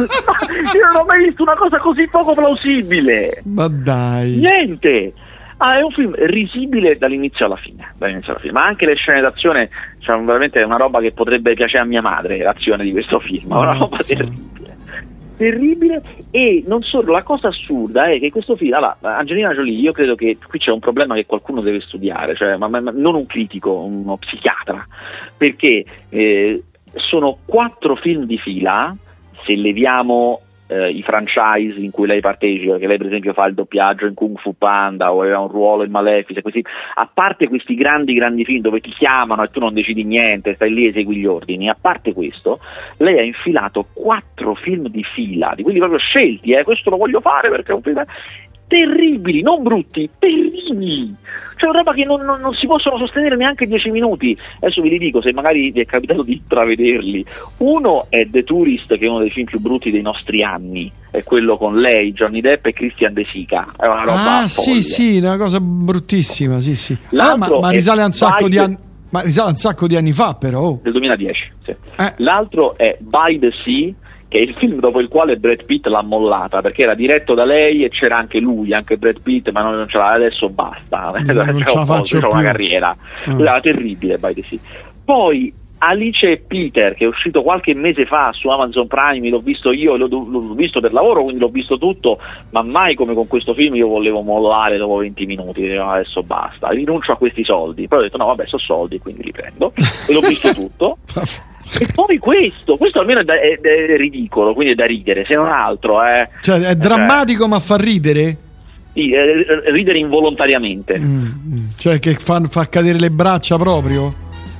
Io non ho mai visto una cosa così poco plausibile. Ma dai. Niente. Ah, è un film risibile dall'inizio alla fine, dall'inizio alla fine, ma anche le scene d'azione, cioè veramente è una roba che potrebbe piacere a mia madre, l'azione di questo film, è una roba terribile. terribile. E non solo, la cosa assurda è che questo film, allora, Angelina Jolie, io credo che qui c'è un problema che qualcuno deve studiare, cioè, ma, ma, ma non un critico, uno psichiatra, perché eh, sono quattro film di fila, se leviamo eh, i franchise in cui lei partecipa, che lei per esempio fa il doppiaggio in Kung Fu Panda o aveva un ruolo in Maleficent, così, a parte questi grandi grandi film dove ti chiamano e tu non decidi niente, stai lì e segui gli ordini, a parte questo, lei ha infilato quattro film di fila, di quelli proprio scelti, eh, questo lo voglio fare perché è un film terribili, non brutti, terribili, cioè una roba che non, non, non si possono sostenere neanche dieci minuti. Adesso vi li dico, se magari vi è capitato di intravederli. Uno è The Tourist, che è uno dei film più brutti dei nostri anni, è quello con lei, Johnny Depp e Christian De Sica, è una roba ah sì sì, una cosa bruttissima, sì sì. Ah, ma, ma risale a un sacco By di the... anni ma risale a un sacco di anni fa però, oh. Del duemiladieci, sì. eh. L'altro è By the Sea, che è il film dopo il quale Brad Pitt l'ha mollata, perché era diretto da lei e c'era anche lui, anche Brad Pitt, ma non, non ce l'ha, adesso basta, no, non ce la faccio più, c'è una carriera, mm. era terribile By the Sea. Poi Alice e Peter, che è uscito qualche mese fa su Amazon Prime, l'ho visto io, l'ho, l'ho visto per lavoro, quindi l'ho visto tutto, ma mai come con questo film io volevo mollare dopo venti minuti, dicevo, adesso basta, rinuncio a questi soldi, poi ho detto no vabbè, sono soldi, quindi li prendo, e l'ho visto tutto. E poi questo, questo almeno è, da, è, è ridicolo, quindi è da ridere, se non altro, eh. Cioè è drammatico, cioè, ma fa ridere? Sì, eh, ridere involontariamente. Mm, cioè che fa, fa cadere le braccia proprio?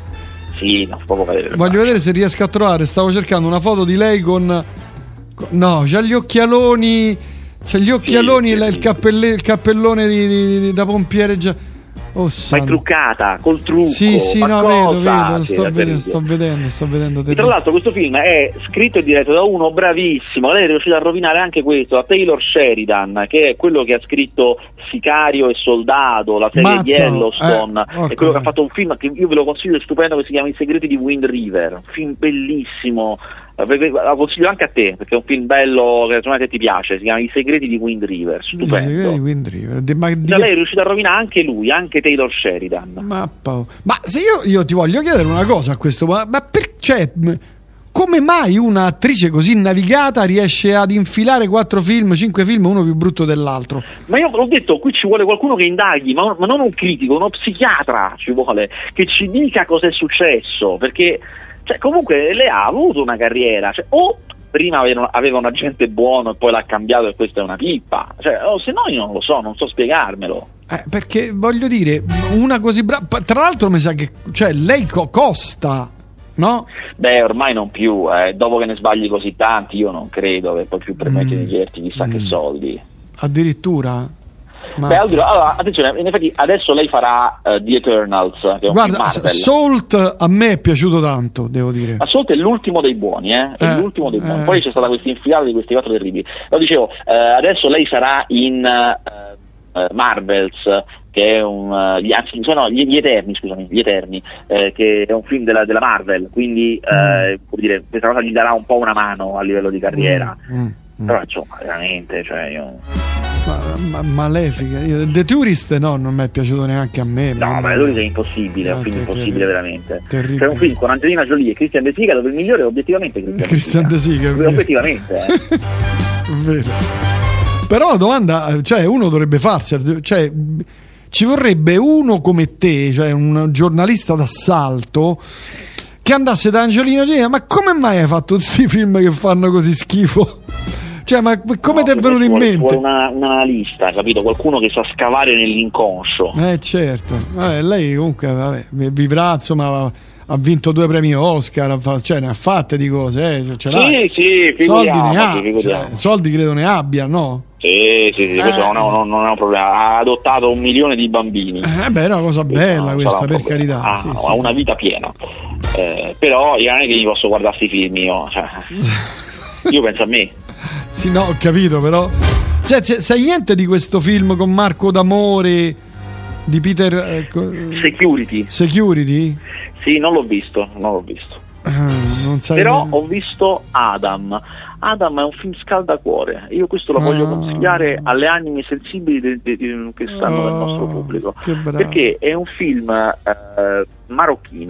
Sì, no, proprio cadere le Voglio braccia. vedere se riesco a trovare, stavo cercando una foto di lei con, con no, c'ha gli occhialoni, c'ha gli occhialoni, sì, e sì, il, sì. cappelle, il cappellone di, di, di, da pompiere già. Oh, ma è santo. truccata, col trucco. Sì, sì, ma no, cosa? vedo, vedo, Sì, sto, è vedendo, sto terribile. vedendo, sto vedendo. E tra l'altro questo film è scritto e diretto da uno bravissimo, lei è riuscita a rovinare anche questo, da Taylor Sheridan, che è quello che ha scritto Sicario e Soldato, la serie Mazza, Yellowstone, eh, è quello che ha fatto un film che io ve lo consiglio, è stupendo, che si chiama I segreti di Wind River, un film bellissimo, la consiglio anche a te perché è un film bello che secondo me ti piace, si chiama I segreti di Wind River, stupendo. I segreti di Wind River. De, ma di... lei è riuscita a rovinare anche lui, anche Taylor Sheridan. Ma, ma se io, io ti voglio chiedere una cosa a questo, ma, ma per, cioè, come mai un'attrice così navigata riesce ad infilare quattro film, cinque film, uno più brutto dell'altro? Ma io l'ho detto, qui ci vuole qualcuno che indaghi, ma, ma non un critico, uno psichiatra ci vuole, che ci dica cosa è successo, perché cioè, comunque lei ha avuto una carriera, cioè, o prima aveva, aveva un agente buono e poi l'ha cambiato e questa è una pippa, cioè, o se no io non lo so, non so spiegarmelo. Eh, perché voglio dire, una così brava, tra l'altro mi sa che, cioè, lei co- costa, no? Beh, ormai non più, eh, dopo che ne sbagli così tanti io non credo che poi più permetti mm. di dirti chissà mm. che soldi. Addirittura? Ma... Beh, allora, attenzione, in effetti adesso lei farà uh, The Eternals, che è un guarda, film Marvel. Salt a me è piaciuto tanto, devo dire. Ma Salt è l'ultimo dei buoni, eh? È eh, l'ultimo dei buoni. Eh, Poi c'è stata questa infilata di questi quattro terribili. Lo dicevo, eh, adesso lei sarà in uh, uh, Marvels, che è un uh, gli, anzi, sono gli, gli Eterni, scusami, gli Eterni, eh, che è un film della, della Marvel, quindi mm. eh, vuol dire, questa cosa gli darà un po' una mano a livello di carriera. Mm. Mm. Però insomma, veramente, cioè io... Ma, ma, malefica. The Tourist no, non mi è piaciuto neanche a me. No, ma The Tourist è impossibile, è un film impossibile veramente. Terribile. C'è un film con Angelina Jolie e Christian De Sica dove il migliore è obiettivamente Christian, Christian De Sica. Obiettivamente, eh. Vero. Però la domanda, cioè, uno dovrebbe farsi, cioè, ci vorrebbe uno come te, cioè un giornalista d'assalto, che andasse da Angelina Jolie, ma come mai hai fatto questi film che fanno così schifo? Cioè, ma come no, ti è venuto in mente? Vuole una, un analista, capito? Qualcuno che sa scavare nell'inconscio. Eh, certo. Vabbè, lei comunque vabbè, vivrà, insomma, ha vinto due premi Oscar, cioè ne ha fatte di cose, eh, ce l'ha. Sì, sì, soldi ne ha, cioè, soldi credo ne abbia, no? Sì, sì, sì, eh. questo non è, non, non è un problema. Ha adottato un milione di bambini. Eh beh, è una cosa bella questa, per carità. Ha, sì, ha sì. una vita piena. Eh, però io non è che mi posso guardare questi film io, cioè, io penso a me. Sì, no, ho capito, però sai, sai niente di questo film con Marco D'Amore di Peter ecco... Security. Security? Sì, non l'ho visto, non l'ho visto. Uh, non sai però ne... ho visto Adam. Adam è un film scaldacuore. Io questo lo voglio oh. consigliare alle anime sensibili de, de, de, che stanno oh, nel nostro pubblico, perché è un film eh, marocchino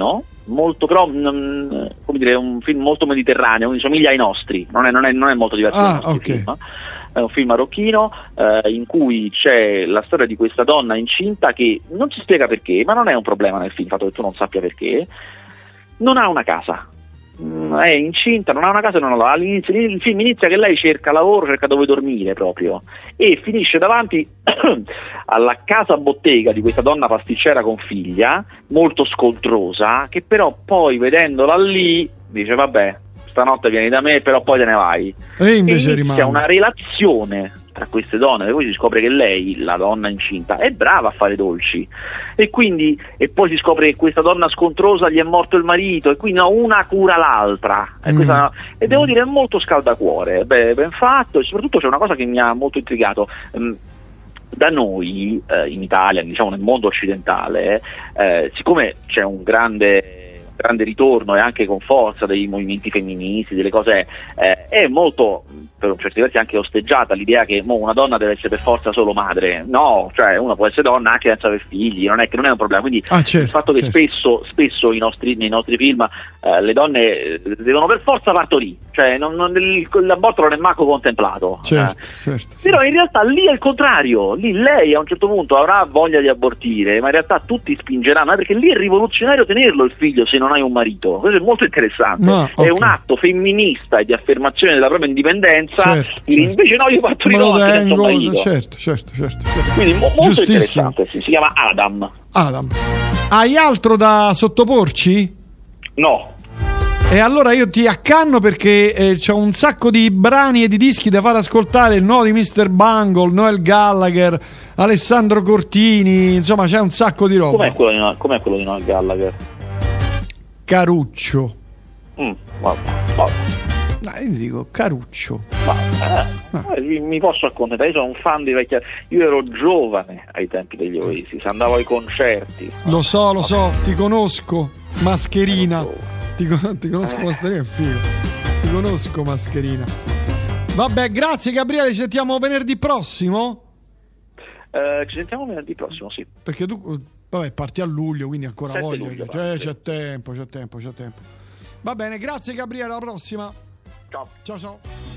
molto però mh, come dire, un film molto mediterraneo, quindi somiglia ai nostri, non è, non è, non è molto diverso ah, dai nostri okay. film. È un film marocchino eh, in cui c'è la storia di questa donna incinta che non si spiega perché, ma non è un problema nel film, il fatto che tu non sappia perché, non ha una casa. È incinta, non ha una casa, non ha, all'inizio il film inizia che lei cerca lavoro, cerca dove dormire proprio, e finisce davanti alla casa bottega di questa donna pasticcera con figlia, molto scontrosa, che però poi vedendola lì dice vabbè, stanotte vieni da me, però poi te ne vai, e invece e inizia rimane una relazione tra queste donne, e poi si scopre che lei, la donna incinta, è brava a fare dolci, e quindi e poi si scopre che questa donna scontrosa gli è morto il marito, e quindi no, una cura l'altra, e, questa, mm. e devo dire è molto scaldacuore, beh, ben fatto, e soprattutto c'è una cosa che mi ha molto intrigato. um, Da noi eh, in Italia, diciamo nel mondo occidentale, eh, siccome c'è un grande grande ritorno e anche con forza dei movimenti femministi, delle cose, eh, è molto, per certi versi anche osteggiata l'idea che mo, una donna deve essere per forza solo madre. No, cioè una può essere donna anche senza avere figli, non è che non è un problema, quindi ah, certo, il fatto che certo. spesso spesso i nostri, nei nostri film eh, le donne devono per forza partorire, cioè non, non, il, l'aborto non è manco contemplato, certo, eh. certo, però certo. in realtà lì è il contrario, lì lei a un certo punto avrà voglia di abortire, ma in realtà tutti spingeranno, eh, perché lì è rivoluzionario tenerlo il figlio se non hai un marito. Questo è molto interessante, no, è okay. un atto femminista e di affermazione della propria indipendenza, certo, dire, certo. invece no, io partorirò anche senza un marito. Certo, certo, certo, certo. Quindi mo- molto interessante, sì, si chiama Adam. Adam. Hai altro da sottoporci? No. E allora io ti accanno perché eh, c'ho un sacco di brani e di dischi da far ascoltare, il nuovo di mister Bungle, Noel Gallagher, Alessandro Cortini, insomma c'è un sacco di roba. Com'è quello di, no- com'è quello di Noel Gallagher? Caruccio. Mm, vabbè, vabbè. No, io dico Caruccio. Ma, eh, eh, mi posso accontentare, io sono un fan di vecchia, io ero giovane ai tempi degli Oasis, andavo ai concerti. Lo so, lo so, ti conosco, Mascherina. Ti, con- ti conosco, eh. Mascherina è figo. Ti conosco, Mascherina. Vabbè, grazie Gabriele, ci sentiamo venerdì prossimo? Eh, ci sentiamo venerdì prossimo, sì. Perché tu, vabbè, parti a luglio, quindi ancora voglia. luglio, Cioè, sì. c'è tempo, c'è tempo, c'è tempo. Va bene, grazie Gabriele, alla prossima. Ciao. Ciao ciao.